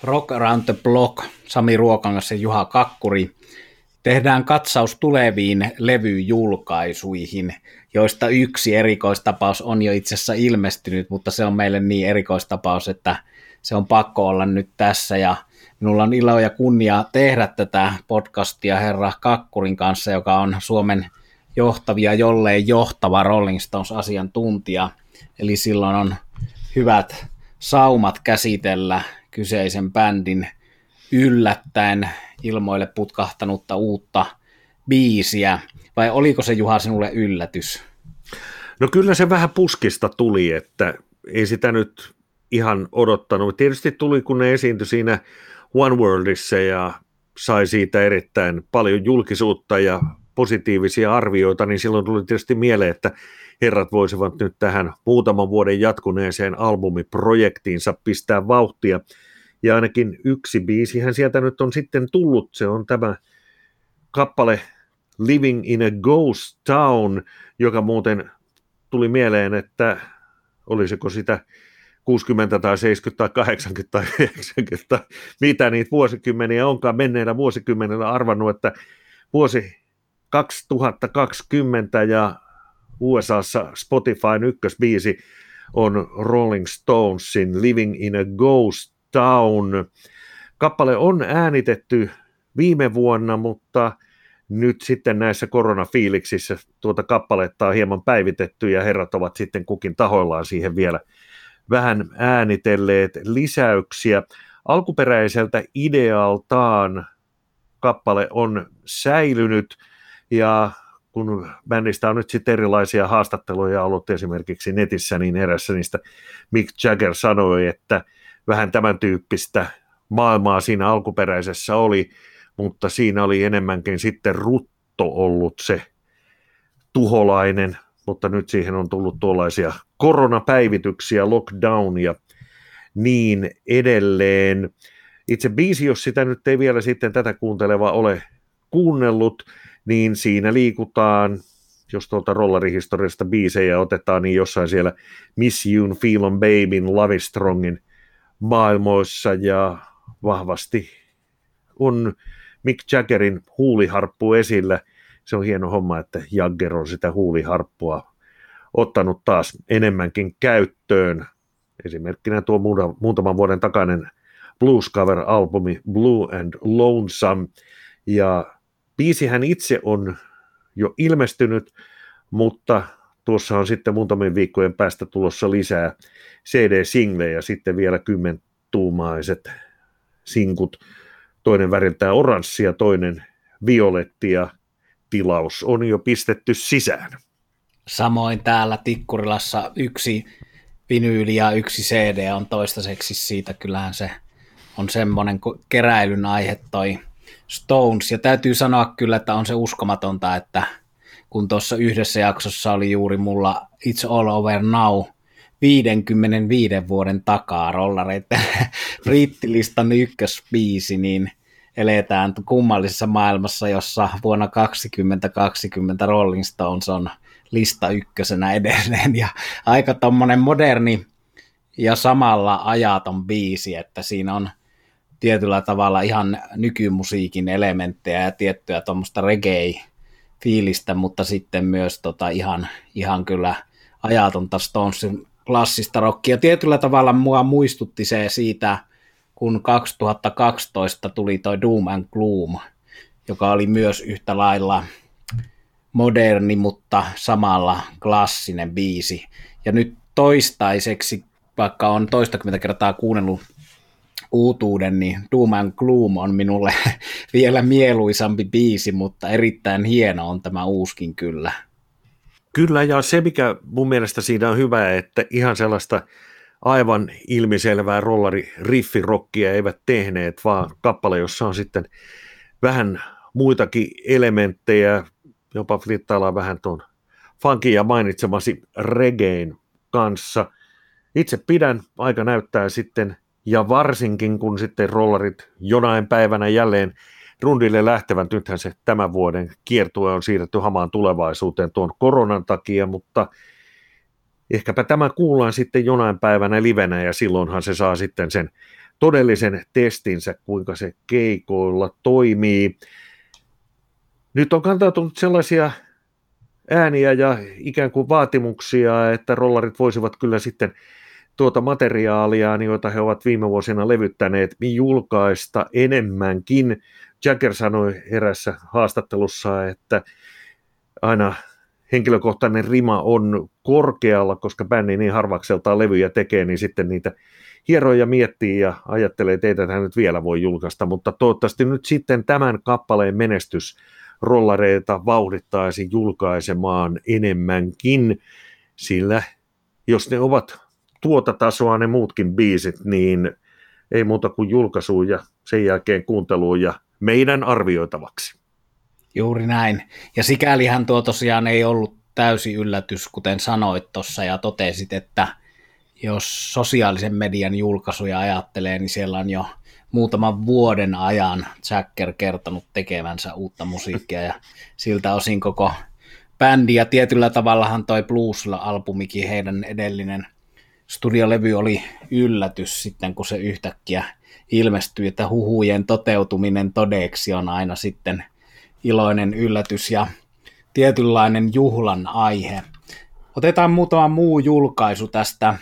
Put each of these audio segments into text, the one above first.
Rock Around the Block, Sami Ruokangas ja Juha Kakkuri. Tehdään katsaus tuleviin levyjulkaisuihin, joista yksi erikoistapaus on jo itse asiassa ilmestynyt, mutta se on meille niin erikoistapaus, että se on pakko olla nyt tässä. Ja minulla on ilo ja kunnia tehdä tätä podcastia herra Kakkurin kanssa, joka on Suomen johtavia, jollei johtava Rolling Stones-asiantuntija. Eli silloin on hyvät saumat käsitellä kyseisen bändin yllättäen ilmoille putkahtanutta uutta biisiä, vai oliko se, Juha, sinulle yllätys? No kyllä se vähän puskista tuli, että ei sitä nyt ihan odottanut. Tietysti tuli, kun ne esiintyi siinä One Worldissa ja sai siitä erittäin paljon julkisuutta ja positiivisia arvioita, niin silloin tuli tietysti mieleen, että herrat voisivat nyt tähän muutaman vuoden jatkuneeseen albumiprojektiinsa pistää vauhtia. Ja ainakin yksi biisihän sieltä nyt on sitten tullut, se on tämä kappale Living in a Ghost Town, joka muuten tuli mieleen, että olisiko sitä 60 tai 70 tai 80 tai 90, mitä niitä vuosikymmeniä onkaan menneenä vuosikymmenellä arvannut, että vuosi 2020 ja USAssa Spotifyn ykkösbiisi on Rolling Stonesin Living in a Ghost Town. Kappale on äänitetty viime vuonna, mutta nyt sitten näissä koronafiiliksissä tuota kappaletta on hieman päivitetty ja herrat ovat sitten kukin tahoillaan siihen vielä vähän äänitelleet lisäyksiä. Alkuperäiseltä idealtaan kappale on säilynyt ja kun bändistä on nyt sitten erilaisia haastatteluja ollut esimerkiksi netissä, niin erässä niistä Mick Jagger sanoi, että vähän tämän tyyppistä maailmaa siinä alkuperäisessä oli, mutta siinä oli enemmänkin sitten rutto ollut se tuholainen, mutta nyt siihen on tullut tuollaisia koronapäivityksiä, lockdown ja niin edelleen. Itse biisi, jos sitä nyt ei vielä sitten tätä kuunteleva ole kuunnellut, niin siinä liikutaan, jos tuolta rollarihistoriasta biisejä otetaan, niin jossain siellä Miss Youn, Feel on Babyn, Love is Strongin maailmoissa ja vahvasti on Mick Jaggerin huuliharppu esillä. Se on hieno homma, että Jagger on sitä huuliharppua ottanut taas enemmänkin käyttöön. Esimerkkinä tuo muutaman vuoden takainen blues cover-albumi Blue and Lonesome. Ja biisihän itse on jo ilmestynyt, mutta tuossa on sitten muutamien viikkojen päästä tulossa lisää CD-singlejä, sitten vielä 10-tuumaiset sinkut, toinen väriltään oranssi ja toinen violetti, ja tilaus on jo pistetty sisään. Samoin täällä Tikkurilassa yksi vinyyli ja yksi CD on toistaiseksi siitä, kyllähän se on semmoinen keräilyn aihe toi Stones, ja täytyy sanoa kyllä, että on se uskomatonta, että kun tuossa yhdessä jaksossa oli juuri mulla It's All Over Now 55 vuoden takaa rollareiden brittilistan ykkösbiisi, niin eletään kummallisessa maailmassa, jossa vuonna 2020 Rolling Stones on lista ykkösenä edelleen, ja aika tommonen moderni ja samalla ajaton biisi, että siinä on tietyllä tavalla ihan nykymusiikin elementtejä ja tiettyä tuommoista reggae-fiilistä, mutta sitten myös ihan kyllä ajatonta Stonesin klassista rockia. Tietyllä tavalla mua muistutti se siitä, kun 2012 tuli toi Doom and Gloom, joka oli myös yhtä lailla moderni, mutta samalla klassinen biisi. Ja nyt toistaiseksi, vaikka on toistakymmentä kertaa kuunnellut uutuuden, niin Doom and Gloom on minulle vielä mieluisampi biisi, mutta erittäin hieno on tämä uuskin kyllä. Kyllä, ja se mikä mun mielestä siinä on hyvä, että ihan sellaista aivan ilmiselvää rollari-riffirockia eivät tehneet, vaan kappale, jossa on sitten vähän muitakin elementtejä, jopa flittaillaan vähän tuon funkin ja mainitsemasi reggaen kanssa. Itse pidän, aika näyttää sitten, ja varsinkin kun sitten rollarit jonain päivänä jälleen rundille lähtevän, nythän se tämän vuoden kiertue on siirretty hamaan tulevaisuuteen tuon koronan takia, mutta ehkäpä tämä kuullaan sitten jonain päivänä livenä, ja silloinhan se saa sitten sen todellisen testinsä, kuinka se keikoilla toimii. Nyt on kantautunut sellaisia ääniä ja ikään kuin vaatimuksia, että rollarit voisivat kyllä sitten tuota materiaalia, jota he ovat viime vuosina levyttäneet, julkaista enemmänkin. Jagger sanoi erässä haastattelussa, että aina henkilökohtainen rima on korkealla, koska bändi niin harvakseltaan levyjä tekee, niin sitten niitä hieroo ja miettii ja ajattelee, että ei tätä nyt vielä voi julkaista, mutta toivottavasti nyt sitten tämän kappaleen menestys rollareita vauhdittaisi julkaisemaan enemmänkin, sillä jos ne ovat tuota tasoa ne muutkin biisit, niin ei muuta kuin julkaisuun ja sen jälkeen kuunteluun ja meidän arvioitavaksi. Juuri näin. Ja sikälihän tuo tosiaan ei ollut täysi yllätys, kuten sanoit tuossa ja totesit, että jos sosiaalisen median julkaisuja ajattelee, niin siellä on jo muutaman vuoden ajan Jagger kertonut tekevänsä uutta musiikkia ja siltä osin koko bändi ja tietyllä tavallahan toi Blues-albumikin heidän edellinen studiolevy oli yllätys sitten, kun se yhtäkkiä ilmestyi, että huhujen toteutuminen todeksi on aina sitten iloinen yllätys ja tietynlainen juhlan aihe. Otetaan muutama muu julkaisu tästä,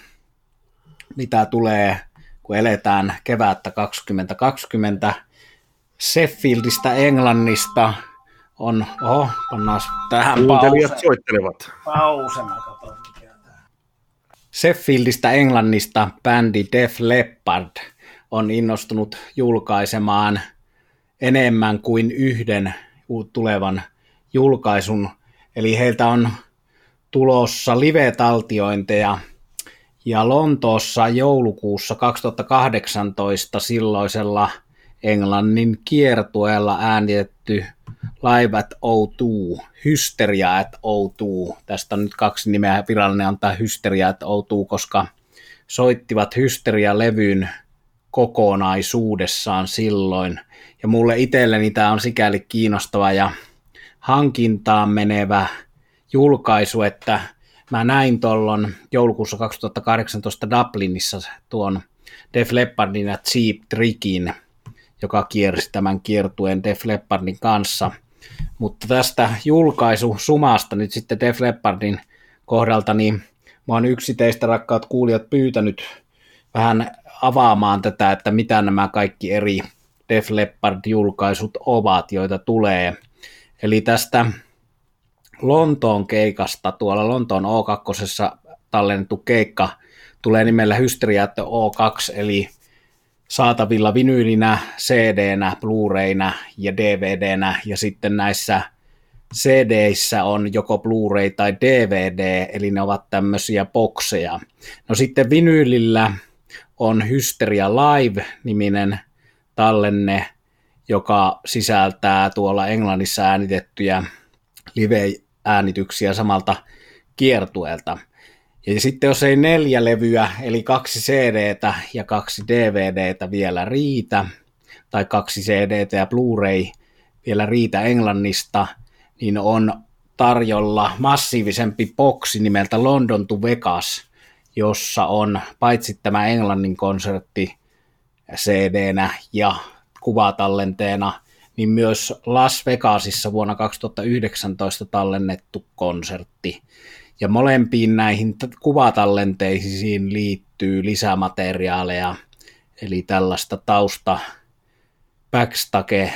mitä tulee, kun eletään kevättä 2020. Sheffieldistä Englannista on, pannaan tähän kuuntelijat soittelevat. Pause, mä katson mikä tämä. Sheffieldistä Englannista bändi Def Leppard on innostunut julkaisemaan enemmän kuin yhden tulevan julkaisun. Eli heiltä on tulossa live-taltiointeja ja Lontoossa joulukuussa 2018 silloisella Englannin kiertueella äänitetty Live at O2, Hysteria at O2. Tästä on nyt 2 nimeä, virallinen on tämä Hysteria at O2, koska soittivat Hysteria-levyn kokonaisuudessaan silloin. Ja mulle itselleni tämä on sikäli kiinnostava ja hankintaan menevä julkaisu, että mä näin tuolloin joulukuussa 2018 Dublinissa tuon Def Leppardin ja Cheap Trickin, joka kiersi tämän kiertueen Def Leppardin kanssa. Mutta tästä julkaisusumasta nyt sitten Def Leppardin kohdalta, niin mä oon yksi teistä rakkaat kuulijat pyytänyt vähän avaamaan tätä, että mitä nämä kaikki eri Def Leppard-julkaisut ovat, joita tulee. Eli tästä Lontoon keikasta, tuolla Lontoon O2 tallennettu keikka tulee nimellä Hysteria at O2, eli saatavilla vinyylinä, CD-nä, Blu-rayna ja DVD-nä, ja sitten näissä CD-issä on joko Blu-ray tai DVD, eli ne ovat tämmöisiä bokseja. No sitten vinyylillä on Hysteria Live-niminen tallenne, joka sisältää tuolla Englannissa äänitettyjä live-äänityksiä samalta kiertueelta. Ja sitten jos ei 4 levyä, eli 2 CDtä ja 2 DVDtä vielä riitä, tai 2 CDtä ja Blu-ray vielä riitä Englannista, niin on tarjolla massiivisempi boksi nimeltä London to Vegas, jossa on paitsi tämä Englannin konsertti CD-nä ja kuvatallenteena, niin myös Las Vegasissa vuonna 2019 tallennettu konsertti. Ja molempiin näihin kuvatallenteisiin liittyy lisämateriaaleja, eli tällaista tausta backstage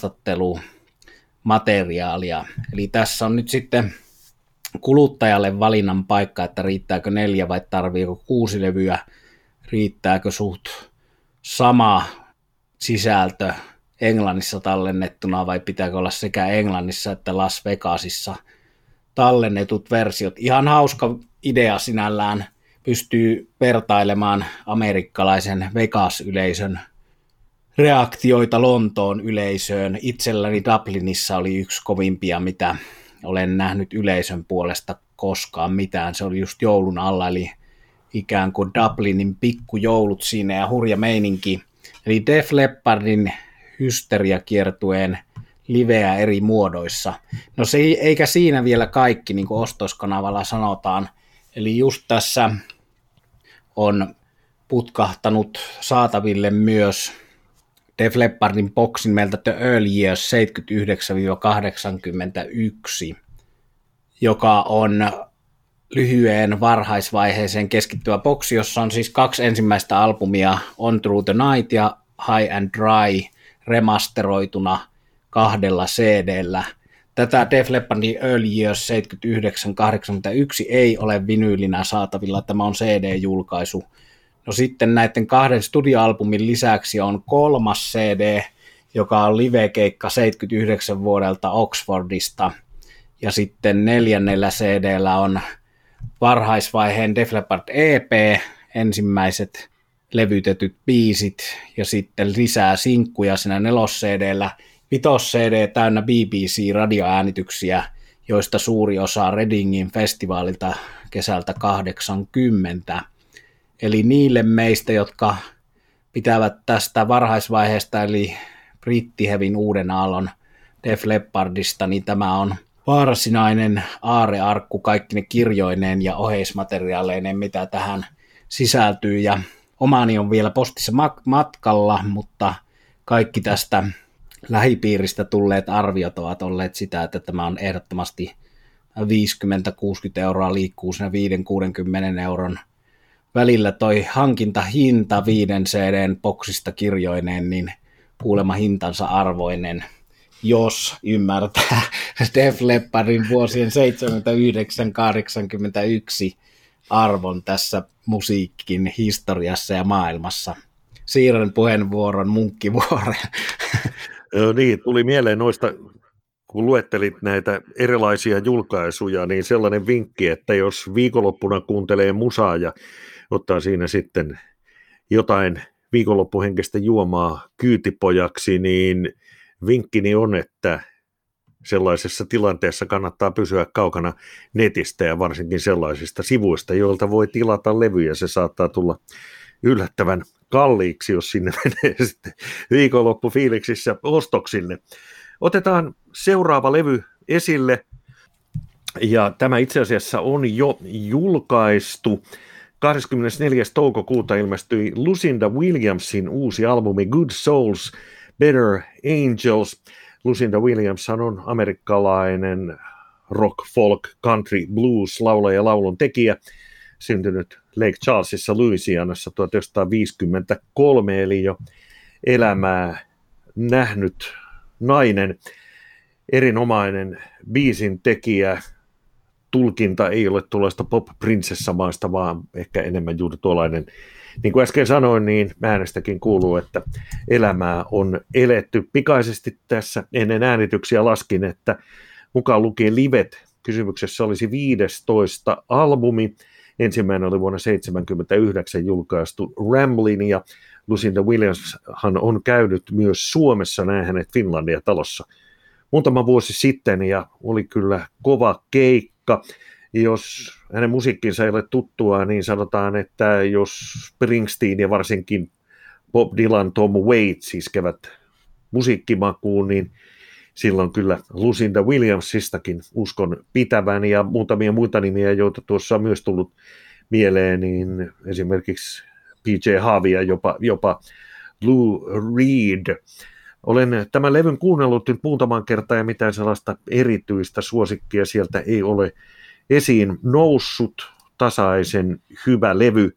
haastattelumateriaalia. Eli tässä on nyt sitten kuluttajalle valinnan paikka, että riittääkö 4 vai tarviiko 6 levyä, riittääkö suht sama sisältö Englannissa tallennettuna vai pitääkö olla sekä Englannissa että Las Vegasissa tallennetut versiot. Ihan hauska idea sinällään, pystyy vertailemaan amerikkalaisen Vegas-yleisön reaktioita Lontoon yleisöön. Itselläni Dublinissa oli yksi kovimpia, mitä olen nähnyt yleisön puolesta koskaan mitään. Se oli just joulun alla, eli ikään kuin Dublinin pikkujoulut siinä ja hurja meininki. Eli Def Leppardin Hysteria-kiertueen liveä eri muodoissa. No se eikä siinä vielä kaikki, niin kuin ostoskanavalla sanotaan. Eli just tässä on putkahtanut saataville myös Def Leppardin boksin meiltä The Early Years 79-81, joka on lyhyeen varhaisvaiheeseen keskittyvä boksi, jossa on siis 2 ensimmäistä albumia, On Through the Night ja High and Dry, remasteroituna 2 CD:llä. Tätä Def Leppardin Early Years 79-81 ei ole vinyylinä saatavilla, tämä on CD-julkaisu. No sitten näiden 2 studioalbumin lisäksi on 3. CD, joka on livekeikka 79 vuodelta Oxfordista, ja sitten 4. CD:llä on varhaisvaiheen Def Leppard EP, ensimmäiset levytetyt biisit, ja sitten lisää sinkkuja siinä 4. CD:llä. 5. CD täynnä BBC-radioäänityksiä, joista suuri osa Readingin festivaalilta kesältä 80. Eli niille meistä, jotka pitävät tästä varhaisvaiheesta, eli brittihevin uuden aallon Def Leppardista, niin tämä on varsinainen aarrearkku kaikki ne kirjoineen ja oheismateriaaleineen, mitä tähän sisältyy. Ja omani on vielä postissa matkalla, mutta kaikki tästä lähipiiristä tulleet arviot ovat olleet sitä, että tämä on ehdottomasti 50-60 euroa, liikkuu siinä 5-60 euron välillä toi hankintahinta 5 CD:n boksista kirjoineen, niin kuulemma hintansa arvoinen, jos ymmärtää Def Leppardin vuosien 79-81 arvon tässä musiikin historiassa ja maailmassa. Siirrän puheenvuoron Munkkivuoreen. Niin, tuli mieleen noista, kun luettelit näitä erilaisia julkaisuja, niin sellainen vinkki, että jos viikonloppuna kuuntelee musaa ja ottaa siinä sitten jotain viikonloppuhenkistä juomaa kyytipojaksi, niin vinkkini on, että sellaisessa tilanteessa kannattaa pysyä kaukana netistä ja varsinkin sellaisista sivuista, joilta voi tilata levyjä. Se saattaa tulla yllättävän kalliiksi, jos sinne menee sitten viikonloppufiiliksissä ostoksille. Otetaan seuraava levy esille, ja tämä itse asiassa on jo julkaistu. 24. toukokuuta ilmestyi Lucinda Williamsin uusi albumi Good Souls, Better Angels. Lucinda Williams on amerikkalainen rock, folk, country, blues laulaja ja laulun tekijä, syntynyt Lake Charlesissa, Louisianassa 1953, eli jo elämää nähnyt nainen, erinomainen biisin tekijä. Tulkinta ei ole tuollaista pop-prinsessamaista, vaan ehkä enemmän juuri tuollainen, niin kuin äsken sanoin, niin äänestäkin kuuluu, että elämää on eletty. Pikaisesti tässä ennen äänityksiä laskin, että mukaan lukien livet, kysymyksessä olisi 15 albumi. Ensimmäinen oli vuonna 1979 julkaistu Ramblin, ja Lucinda Williamshan on käynyt myös Suomessa, näin hänet Finlandia-talossa muutama vuosi sitten, ja oli kyllä kova keikka. Jos hänen musiikkinsa ei ole tuttua, niin sanotaan, että jos Springsteen ja varsinkin Bob Dylan, Tom Waits iskevät musiikkimakuun, niin silloin kyllä Lucinda Williamsistakin uskon pitävän, ja muutamia muita nimiä, joita tuossa on myös tullut mieleen, niin esimerkiksi PJ Harvey ja jopa Lou Reed. Olen tämän levyn kuunnellut nyt muutaman kertaa, ja mitään sellaista erityistä suosikkia sieltä ei ole esiin noussut. Tasaisen hyvä levy,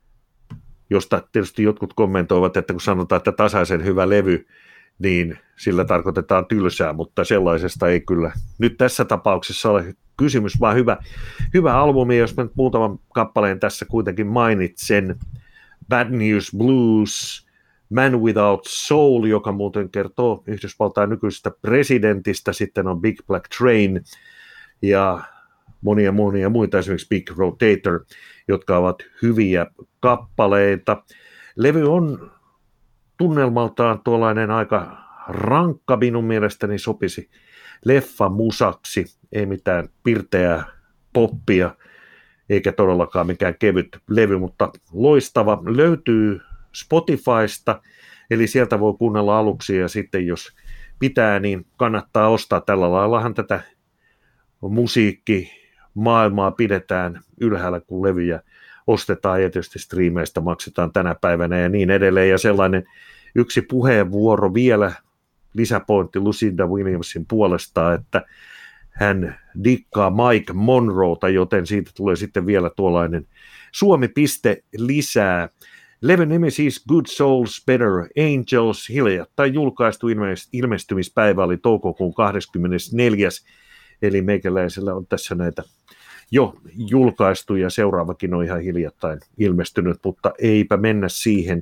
josta tietysti jotkut kommentoivat, että kun sanotaan, että tasaisen hyvä levy, niin sillä tarkoitetaan tylsää, mutta sellaisesta ei kyllä nyt tässä tapauksessa ole kysymys, vaan hyvä albumi, jos mä nyt muutaman kappaleen tässä kuitenkin mainitsen. Bad News Blues, Man Without Soul, joka muuten kertoo Yhdysvaltain nykyisestä presidentistä, sitten on Big Black Train ja monia muita, esimerkiksi Big Rotator, jotka ovat hyviä kappaleita. Levy on tunnelmaltaan tuollainen aika rankka, minun mielestäni sopisi leffamusaksi, ei mitään pirteää poppia, eikä todellakaan mikään kevyt levy, mutta loistava. Löytyy Spotifysta, eli sieltä voi kuunnella aluksi, ja sitten jos pitää, niin kannattaa ostaa. Tällä laillahan tätä musiikkimaailmaa pidetään ylhäällä, kun levyjä ostetaan ja tietysti striimeistä maksetaan tänä päivänä ja niin edelleen. Ja sellainen yksi puheenvuoro vielä, lisäpointti Lucinda Williamsin puolesta, että hän dikkaa Mike Monroeta, joten siitä tulee sitten vielä tuollainen Suomi-piste lisää. Levyn nimi siis Good Souls, Better Angels, hiljattain julkaistu ilmestymispäivä oli toukokuun 24. Eli meikäläisellä on tässä näitä jo julkaistu ja seuraavakin on ihan hiljattain ilmestynyt, mutta eipä mennä siihen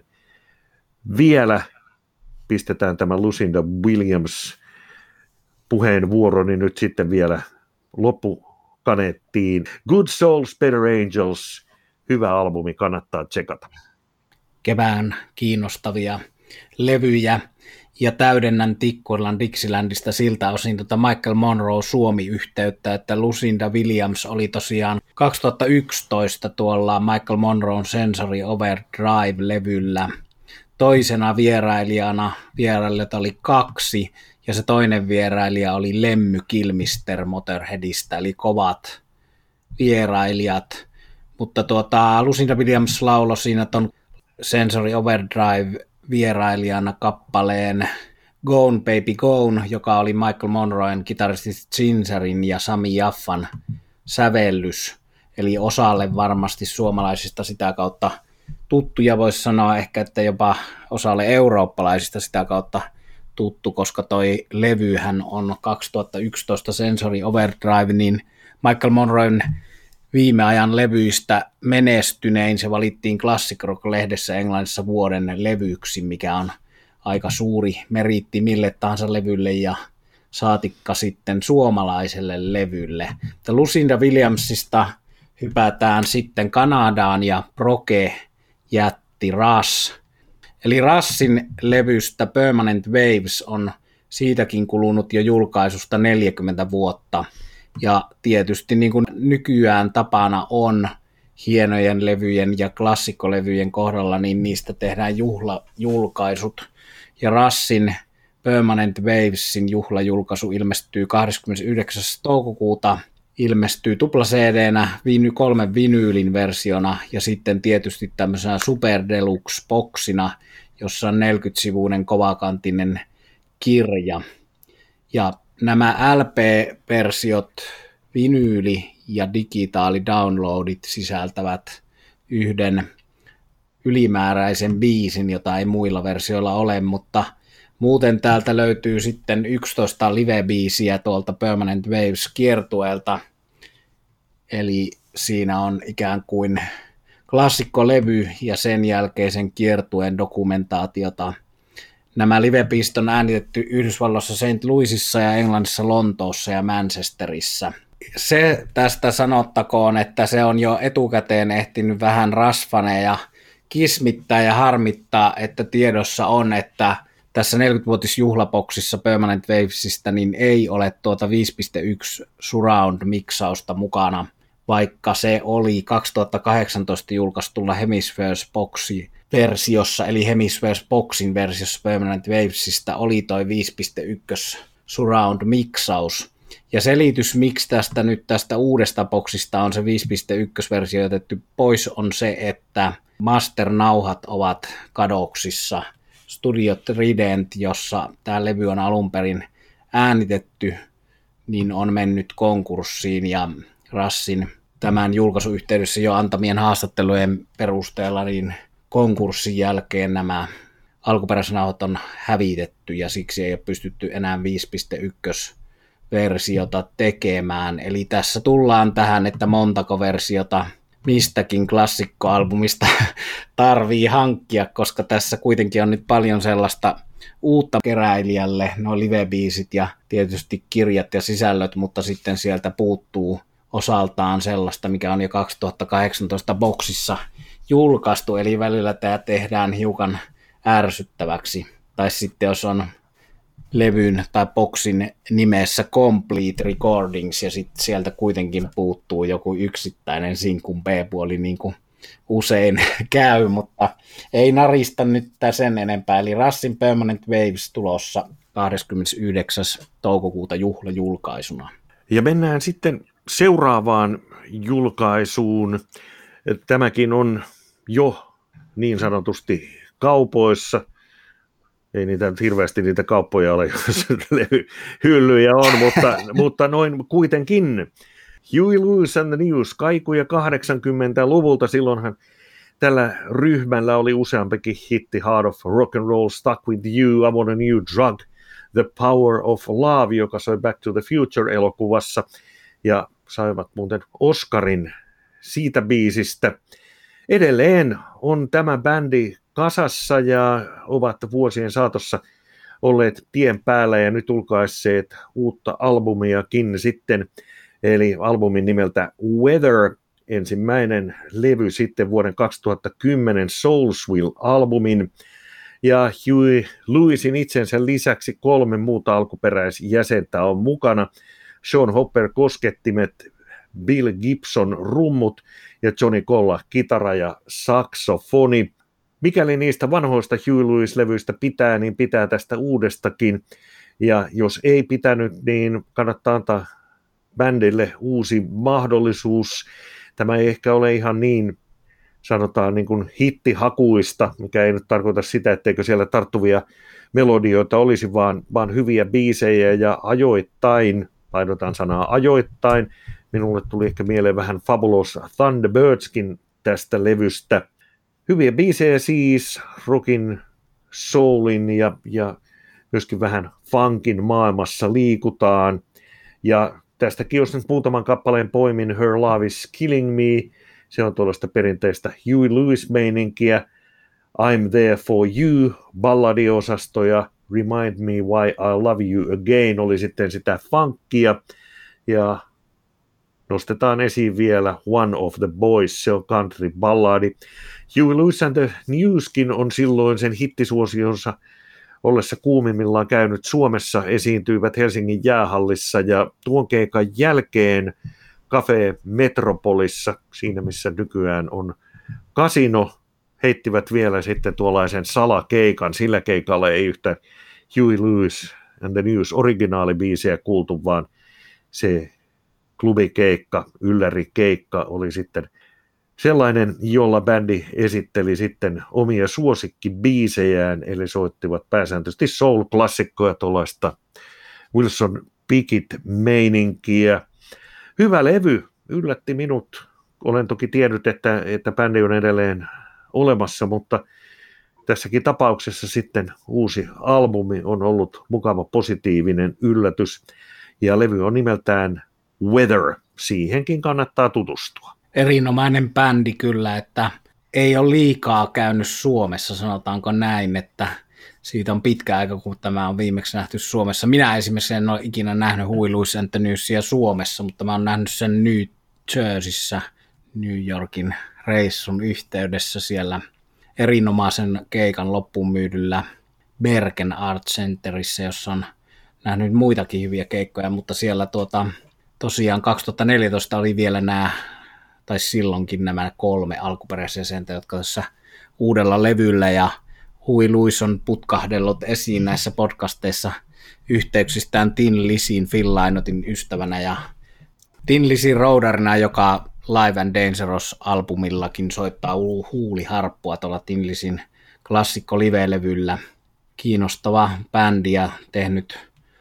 vielä. Pistetään tämä Lucinda Williams puheenvuoroni nyt sitten vielä loppukaneettiin. Good Souls, Better Angels, hyvä albumi, kannattaa tsekata. Kevään kiinnostavia levyjä ja täydennän Tikkurilan Dixielandista siltä osin Michael Monroe Suomi-yhteyttä, että Lucinda Williams oli tosiaan 2011 tuolla Michael Monroen Sensory Overdrive-levyllä. Toisena vierailijana vierailijoita oli 2 ja se toinen vierailija oli Lemmy Kilmister Motorheadista, eli kovat vierailijat. Mutta Lucinda Williams lauloi siinä ton Sensory Overdrive-vierailijana kappaleen Gone Baby Gone, joka oli Michael Monroen kitaristi Gingerin ja Sami Jaffan sävellys. Eli osalle varmasti suomalaisista sitä kautta tuttuja, voisi sanoa ehkä, että jopa osalle eurooppalaisista sitä kautta tuttu, koska toi levyhän on 2011 Sensory Overdrive, niin Michael Monroen viime ajan levyistä menestynein. Se valittiin Classic Rock-lehdessä Englannissa vuoden levyksi, mikä on aika suuri meriitti mille tahansa levylle ja saatikka sitten suomalaiselle levylle. Lucinda Williamsista hypätään sitten Kanadaan ja Proge jätti Rush. Eli Rushin levystä Permanent Waves on siitäkin kulunut jo julkaisusta 40 vuotta. Ja tietysti niin kuin nykyään tapana on hienojen levyjen ja klassikkolevyjen kohdalla, niin niistä tehdään juhlajulkaisut. Ja Rushin Permanent Wavesin juhlajulkaisu ilmestyy 29. toukokuuta. Ilmestyy tupla-CD-nä 3 vinyylin versiona ja sitten tietysti tämmöisenä Super Deluxe-boksina, jossa on 40-sivuinen kovakantinen kirja. Ja nämä LP-versiot, vinyyli- ja digitaalidownloadit sisältävät yhden ylimääräisen biisin, jota ei muilla versioilla ole, mutta muuten täältä löytyy sitten 11 live-biisiä tuolta Permanent Waves-kiertueelta, eli siinä on ikään kuin klassikkolevy ja sen jälkeisen kiertueen dokumentaatiota. Nämä live-biisit on äänitetty Yhdysvalloissa St. Louisissa ja Englannissa Lontoossa ja Manchesterissa. Se tästä sanottakoon, että se on jo etukäteen ehtinyt vähän rasvaneja kismittää ja harmittaa, että tiedossa on, että tässä 40-vuotisjuhlaboksissa Permanent Wavesista niin ei ole tuota 5.1 surround-miksausta mukana, vaikka se oli 2018 julkaistulla Hemispheres Boxi-versiossa, eli Hemispheres Boxin versiossa Permanent Wavesista oli toi 5.1 surround-miksaus. Ja selitys, miksi tästä uudesta boksista on se 5.1-versio jätetty pois, on se, että master-nauhat ovat kadoksissa. Studio Trident, jossa tämä levy on alun perin äänitetty, niin on mennyt konkurssiin ja Rushin tämän julkaisuyhteydessä jo antamien haastattelujen perusteella niin konkurssin jälkeen nämä alkuperäisnauhat on hävitetty ja siksi ei ole pystytty enää 5.1-versiota tekemään. Eli tässä tullaan tähän, että montako versiota mistäkin klassikkoalbumista tarvii hankkia, koska tässä kuitenkin on nyt paljon sellaista uutta keräilijälle, nuo live-biisit ja tietysti kirjat ja sisällöt, mutta sitten sieltä puuttuu osaltaan sellaista, mikä on jo 2018 boksissa julkaistu, eli välillä tämä tehdään hiukan ärsyttäväksi. Tai sitten jos on levyn tai boksin nimessä Complete Recordings ja sitten sieltä kuitenkin puuttuu joku yksittäinen sinkun B-puoli niin kuin usein käy, mutta ei narista nyt sen enempää. Eli Rushin Permanent Waves tulossa 29. toukokuuta juhlajulkaisuna. Ja mennään sitten seuraavaan julkaisuun. Tämäkin on jo niin sanotusti kaupoissa. Ei niitä hirveästi niitä kauppoja ole, jos hyllyjä on, mutta noin kuitenkin. Huey Lewis and the News, kaikuja 80-luvulta, silloinhan tällä ryhmällä oli useampikin hitti, Heart of Rock and Roll, Stuck with You, I Want a New Drug, The Power of Love, joka soi Back to the Future-elokuvassa, ja saivat muuten Oscarin siitä biisistä. Edelleen on tämä bändi kasassa ja ovat vuosien saatossa olleet tien päällä ja nyt julkaisseet uutta albumiakin sitten, eli albumin nimeltä Weather, ensimmäinen levy sitten vuoden 2010 Soulsville-albumin, ja Huey Lewisin itsensä lisäksi 3 muuta alkuperäisjäsentä on mukana, Sean Hopper koskettimet, Bill Gibson rummut ja Johnny Colla kitara ja saksofoni. Mikäli niistä vanhoista Huey Lewis-levyistä pitää, niin pitää tästä uudestakin. Ja jos ei pitänyt, niin kannattaa antaa bändille uusi mahdollisuus. Tämä ei ehkä ole ihan niin, sanotaan niin kuin hittihakuista, mikä ei nyt tarkoita sitä, etteikö siellä tarttuvia melodioita olisi, vaan hyviä biisejä ja ajoittain, painotan sanaa ajoittain. Minulle tuli ehkä mieleen vähän Fabulous Thunderbirdskin tästä levystä. Hyviä biisejä siis, rockin, soulin ja myöskin vähän funkin maailmassa liikutaan. Ja tästäkin jos nyt muutaman kappaleen poimin, Her Love is Killing Me, se on tuollaista perinteistä Huey Lewis-meininkiä. I'm There for You, balladiosasto ja Remind Me Why I Love You Again oli sitten sitä funkia. Ja nostetaan esiin vielä One of the Boys, se on country-balladi. Huey Lewis and the Newskin on silloin sen hittisuosionsa ollessa kuumimmillaan käynyt Suomessa, esiintyivät Helsingin jäähallissa ja tuon keikan jälkeen Cafe Metropolissa, siinä missä nykyään on kasino, heittivät vielä sitten tuollaisen salakeikan. Sillä keikalla ei yhtä Huey Lewis and the News originaalibiisiä kuultu, vaan se klubikeikka, yllärikeikka oli sitten sellainen, jolla bändi esitteli sitten omia suosikkibiisejään, eli soittivat pääsääntöisesti soul-klassikkoja, tuollaista Wilson Pickett-meininkiä. Hyvä levy, yllätti minut. Olen toki tiennyt, että bändi on edelleen olemassa, mutta tässäkin tapauksessa sitten uusi albumi on ollut mukava positiivinen yllätys, ja levy on nimeltään Weather. Siihenkin kannattaa tutustua. Erinomainen bändi kyllä, että ei ole liikaa käynyt Suomessa, sanotaanko näin, että siitä on pitkä aika, kun tämä on viimeksi nähty Suomessa. Minä esimerkiksi en ole ikinä nähnyt Huey Lewis and the Newsia Suomessa, mutta mä oon nähnyt sen New Jerseyssä, New Yorkin reissun yhteydessä siellä erinomaisen keikan loppuun myydyllä Bergen Art Centerissä, jossa on nähnyt muitakin hyviä keikkoja, mutta siellä tosiaan 2014 oli vielä tai silloinkin nämä 3 alkuperäisjäsentä, jotka tässä uudella levyllä, ja Huey Lewis on putkahdellut esiin näissä podcasteissa yhteyksistään Tin Lizin Phil Lynottin ystävänä ja Tin Lizin roudarina, joka Live and Dangerous-albumillakin soittaa huuliharppua tuolla Tin Lizin klassikko live-levyllä. Kiinnostava bändi ja tehnyt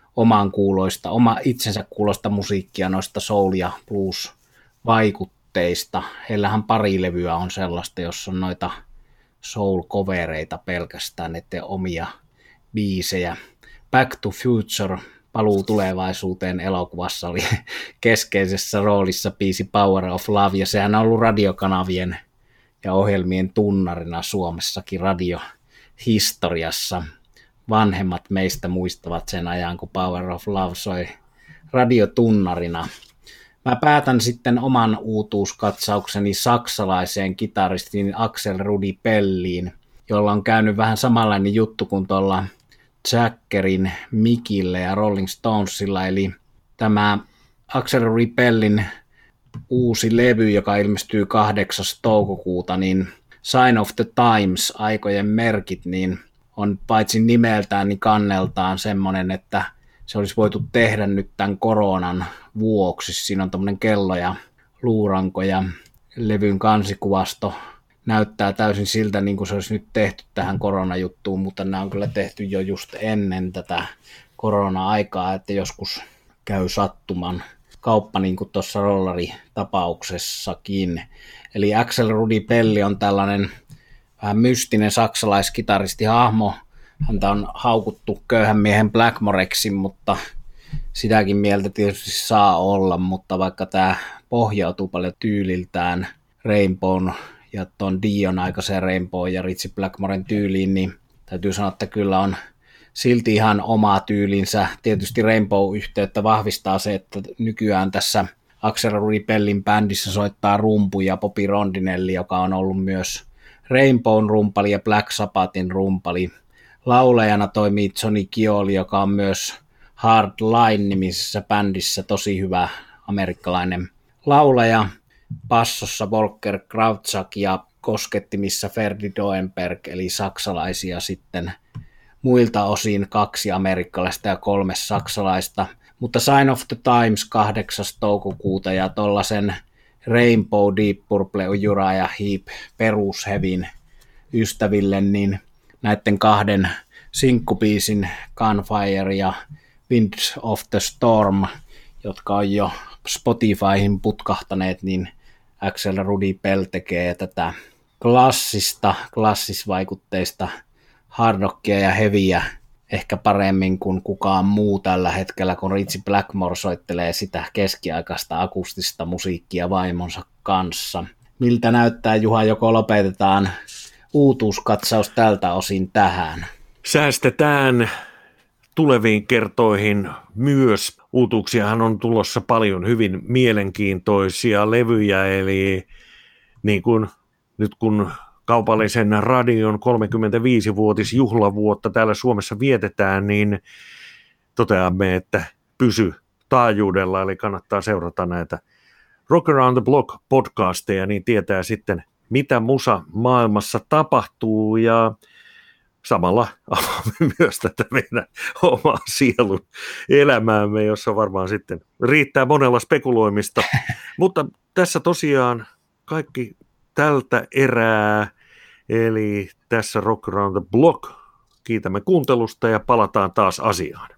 oma itsensä kuulosta musiikkia noista soul- ja blues-vaikutteista. Heillähän pari levyä on sellaista, jossa on noita soul-covereita pelkästään, ettei omia biisejä. Back to Future, Paluu tulevaisuuteen elokuvassa oli keskeisessä roolissa biisi Power of Love, ja sehän on ollut radiokanavien ja ohjelmien tunnarina Suomessakin radiohistoriassa. Vanhemmat meistä muistavat sen ajan, kun Power of Love soi radiotunnarina. Mä päätän sitten oman uutuuskatsaukseni saksalaiseen kitaristiin Axel Rudi Pelliin, jolla on käynyt vähän samanlainen juttu kuin tuolla Jackerin Mikille ja Rolling Stonesilla, eli tämä Axel Rudi Pellin uusi levy, joka ilmestyy 8. toukokuuta, niin Sign of the Times, aikojen merkit, niin on paitsi nimeltään, niin kanneltaan semmoinen, että se olisi voitu tehdä nyt tämän koronan vuoksi. Siinä on tämmöinen kello ja luuranko ja levyn kansikuvasto näyttää täysin siltä, niin kuin se olisi nyt tehty tähän koronajuttuun, mutta nämä on kyllä tehty jo just ennen tätä korona-aikaa, että joskus käy sattuman kauppa niin kuin tuossa rollaritapauksessakin. Eli Axel Rudi Pelli on tällainen vähän mystinen saksalaiskitaristihahmo. Häntä on haukuttu köyhän miehen Blackmoreksi, mutta sitäkin mieltä tietysti saa olla, mutta vaikka tämä pohjautuu paljon tyyliltään Rainbown ja tuon Dion aikaisen Rainbow ja Ritchie Blackmoren tyyliin, niin täytyy sanoa, että kyllä on silti ihan oma tyylinsä. Tietysti Rainbow-yhteyttä vahvistaa se, että nykyään tässä Axel Rudi Pellin bändissä soittaa rumpuja Bobby Rondinelli, joka on ollut myös Rainbown rumpali ja Black Sabbathin rumpali. Laulajana toimii Johnny Kioli, joka on myös Hard Line-nimisessä bändissä tosi hyvä amerikkalainen laulaja. Bassossa Volker Krautzak ja koskettimissa Ferdi Doenberg, eli saksalaisia sitten muilta osin 2 amerikkalaista ja 3 saksalaista. Mutta Sign of the Times 8. toukokuuta ja tollasen Rainbow, Deep Purple, Uriah Heep perushevin ystäville, niin näiden 2 sinkkubiisin Gunfire ja Winds of the Storm, jotka on jo Spotifyhin putkahtaneet, niin Axel Rudi Pell tekee tätä klassisvaikutteista hardrockia ja heviä ehkä paremmin kuin kukaan muu tällä hetkellä, kun Ritchie Blackmore soittelee sitä keskiaikaista akustista musiikkia vaimonsa kanssa. Miltä näyttää, Juha, joko lopetetaan uutuuskatsaus tältä osin tähän? Säästetään tuleviin kertoihin myös. Uutuuksiahan on tulossa paljon hyvin mielenkiintoisia levyjä, eli niin kuin nyt kun kaupallisen radion 35-vuotisjuhlavuotta täällä Suomessa vietetään, niin toteamme, että pysy taajuudella, eli kannattaa seurata näitä Rock Around the Block podcasteja, niin tietää sitten, mitä musa maailmassa tapahtuu, ja samalla avaamme myös tätä meidän omaa sielun elämäämme, jossa varmaan sitten riittää monella spekuloimista. Mutta tässä tosiaan kaikki tältä erää, eli tässä Rock Around the Block. Kiitämme kuuntelusta ja palataan taas asiaan.